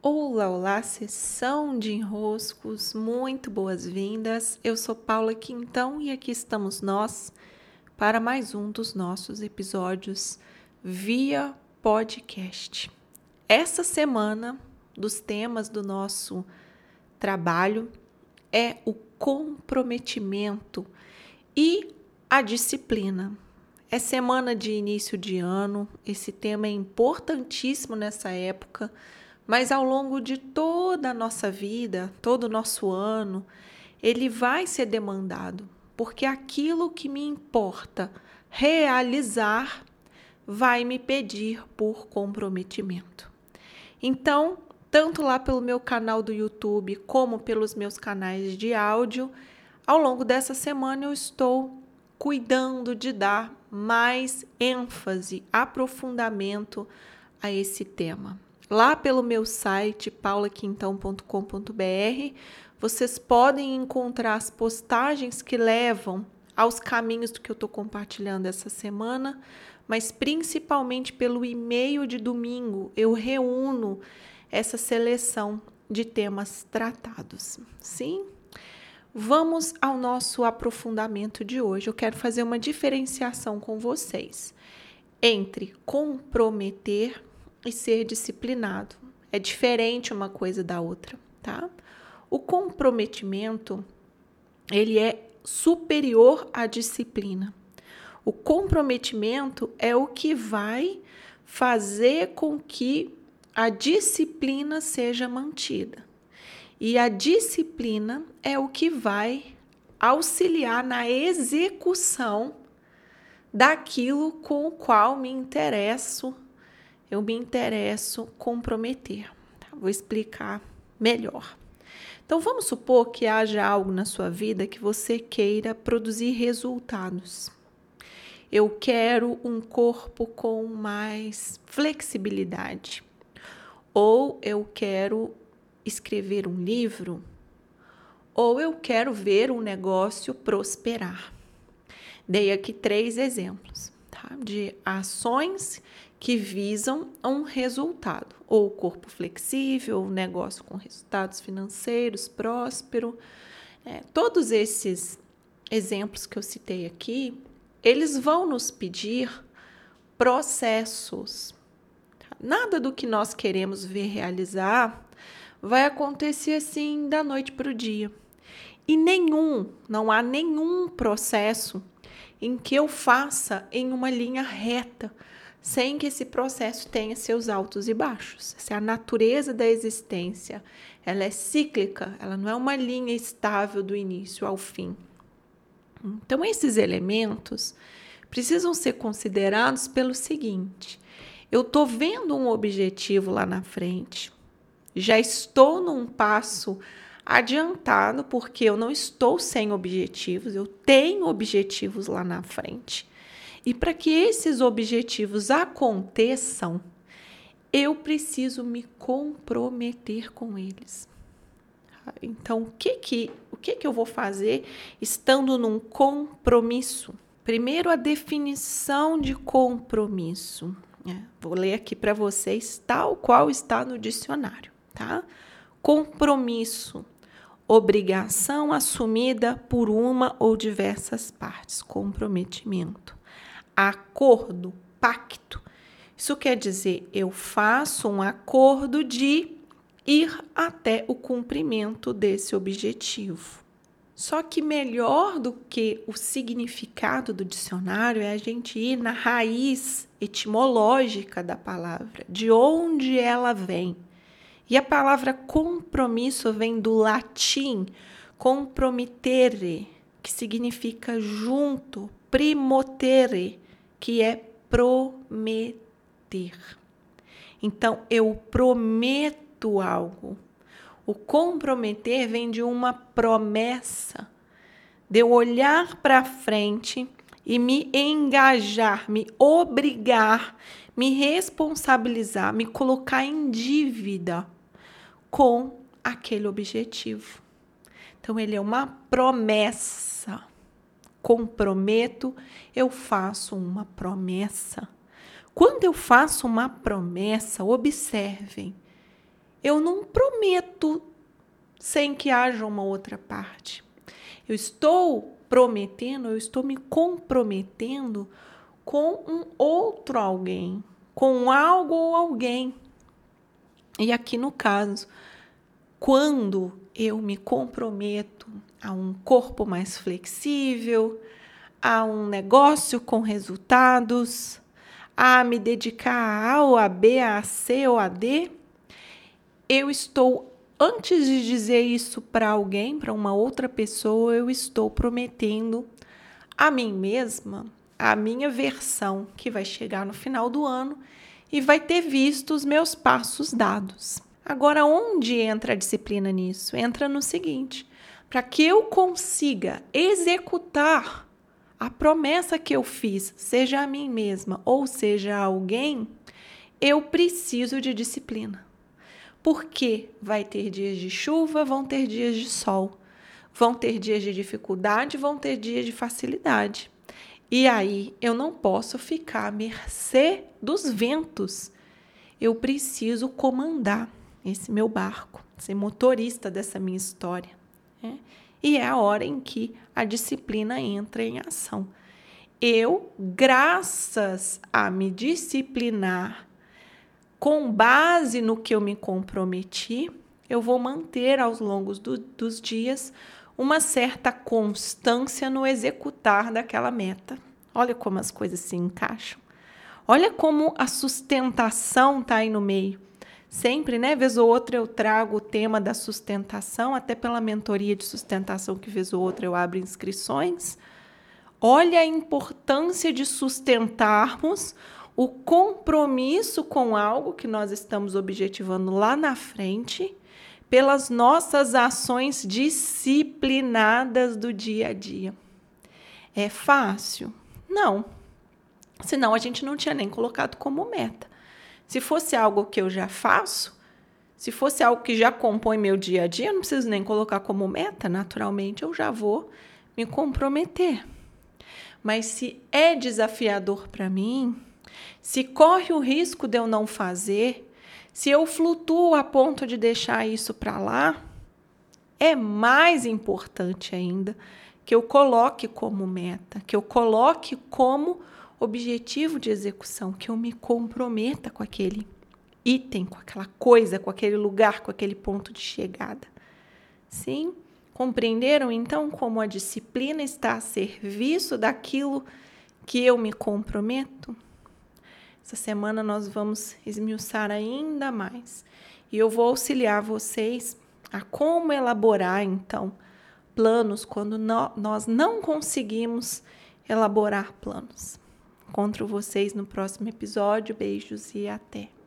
Olá, olá, sessão de enroscos, muito boas-vindas. Eu sou Paula Quintão e aqui estamos nós para mais um dos nossos episódios via podcast. Essa semana, dos temas do nosso trabalho é o comprometimento e a disciplina. É semana de início de ano, esse tema é importantíssimo nessa época, mas ao longo de toda a nossa vida, todo o nosso ano, ele vai ser demandado, porque aquilo que me importa realizar vai me pedir por comprometimento. Então, tanto lá pelo meu canal do YouTube como pelos meus canais de áudio, ao longo dessa semana eu estou cuidando de dar mais ênfase, aprofundamento a esse tema. Lá pelo meu site paulaquintão.com.br, vocês podem encontrar as postagens que levam aos caminhos do que eu estou compartilhando essa semana, mas principalmente pelo e-mail de domingo, eu reúno essa seleção de temas tratados. Sim? Vamos ao nosso aprofundamento de hoje. Eu quero fazer uma diferenciação com vocês entre comprometer e ser disciplinado. É diferente uma coisa da outra, tá? O comprometimento, ele é superior à disciplina. O comprometimento é o que vai fazer com que a disciplina seja mantida. E a disciplina é o que vai auxiliar na execução daquilo com o qual eu me interesso comprometer. Tá? Vou explicar melhor. Então, vamos supor que haja algo na sua vida que você queira produzir resultados. Eu quero um corpo com mais flexibilidade. Ou eu quero escrever um livro, ou eu quero ver um negócio prosperar. Dei aqui 3 exemplos, tá? De ações que visam um resultado, ou corpo flexível, negócio com resultados financeiros, próspero. Todos esses exemplos que eu citei aqui, eles vão nos pedir processos. Nada do que nós queremos ver realizar vai acontecer assim da noite para o dia. E não há nenhum processo em que eu faça em uma linha reta, sem que esse processo tenha seus altos e baixos. Essa é a natureza da existência. Ela é cíclica, ela não é uma linha estável do início ao fim. Então, esses elementos precisam ser considerados pelo seguinte: eu estou vendo um objetivo lá na frente, já estou num passo adiantado, porque eu não estou sem objetivos, eu tenho objetivos lá na frente. E para que esses objetivos aconteçam, eu preciso me comprometer com eles. Então, o que eu vou fazer estando num compromisso? Primeiro, a definição de compromisso. Vou ler aqui para vocês tal qual está no dicionário, tá? Compromisso, obrigação assumida por uma ou diversas partes. Comprometimento. Acordo, pacto. Isso quer dizer, eu faço um acordo de ir até o cumprimento desse objetivo. Só que melhor do que o significado do dicionário é a gente ir na raiz etimológica da palavra, de onde ela vem. E a palavra compromisso vem do latim compromittere, que significa junto, primotere, que é prometer. Então, eu prometo algo. O comprometer vem de uma promessa, de eu olhar para frente e me engajar, me obrigar, me responsabilizar, me colocar em dívida com aquele objetivo. Então, ele é uma promessa. Comprometo, eu faço uma promessa. Quando eu faço uma promessa, observem, eu não prometo sem que haja uma outra parte. Eu estou prometendo, eu estou me comprometendo com um outro alguém, com algo ou alguém. E aqui no caso, quando eu me comprometo a um corpo mais flexível, a um negócio com resultados, a me dedicar a A ou a B, a C ou a D, eu estou, antes de dizer isso para alguém, para uma outra pessoa, eu estou prometendo a mim mesma, a minha versão, que vai chegar no final do ano e vai ter visto os meus passos dados. Agora, onde entra a disciplina nisso? Entra no seguinte: para que eu consiga executar a promessa que eu fiz, seja a mim mesma ou seja a alguém, eu preciso de disciplina. Porque vai ter dias de chuva, vão ter dias de sol, vão ter dias de dificuldade, vão ter dias de facilidade. E aí eu não posso ficar à mercê dos ventos. Eu preciso comandar esse meu barco, ser motorista dessa minha história, né? E é a hora em que a disciplina entra em ação. Eu, graças a me disciplinar, com base no que eu me comprometi, eu vou manter aos longos dos dias uma certa constância no executar daquela meta. Olha como as coisas se encaixam. Olha como a sustentação está aí no meio. Sempre, né? Vez ou outra eu trago o tema da sustentação, até pela mentoria de sustentação que vez ou outra eu abro inscrições. Olha a importância de sustentarmos o compromisso com algo que nós estamos objetivando lá na frente, pelas nossas ações disciplinadas do dia a dia. É fácil? Não. Senão a gente não tinha nem colocado como meta. Se fosse algo que eu já faço, se fosse algo que já compõe meu dia a dia, eu não preciso nem colocar como meta, naturalmente eu já vou me comprometer. Mas se é desafiador para mim, se corre o risco de eu não fazer, se eu flutuo a ponto de deixar isso para lá, é mais importante ainda que eu coloque como meta, que eu coloque como objetivo de execução, que eu me comprometa com aquele item, com aquela coisa, com aquele lugar, com aquele ponto de chegada. Sim? Compreenderam, então, como a disciplina está a serviço daquilo que eu me comprometo? Essa semana nós vamos esmiuçar ainda mais. E eu vou auxiliar vocês a como elaborar, então, planos quando nós não conseguimos elaborar planos. Encontro vocês no próximo episódio. Beijos e até!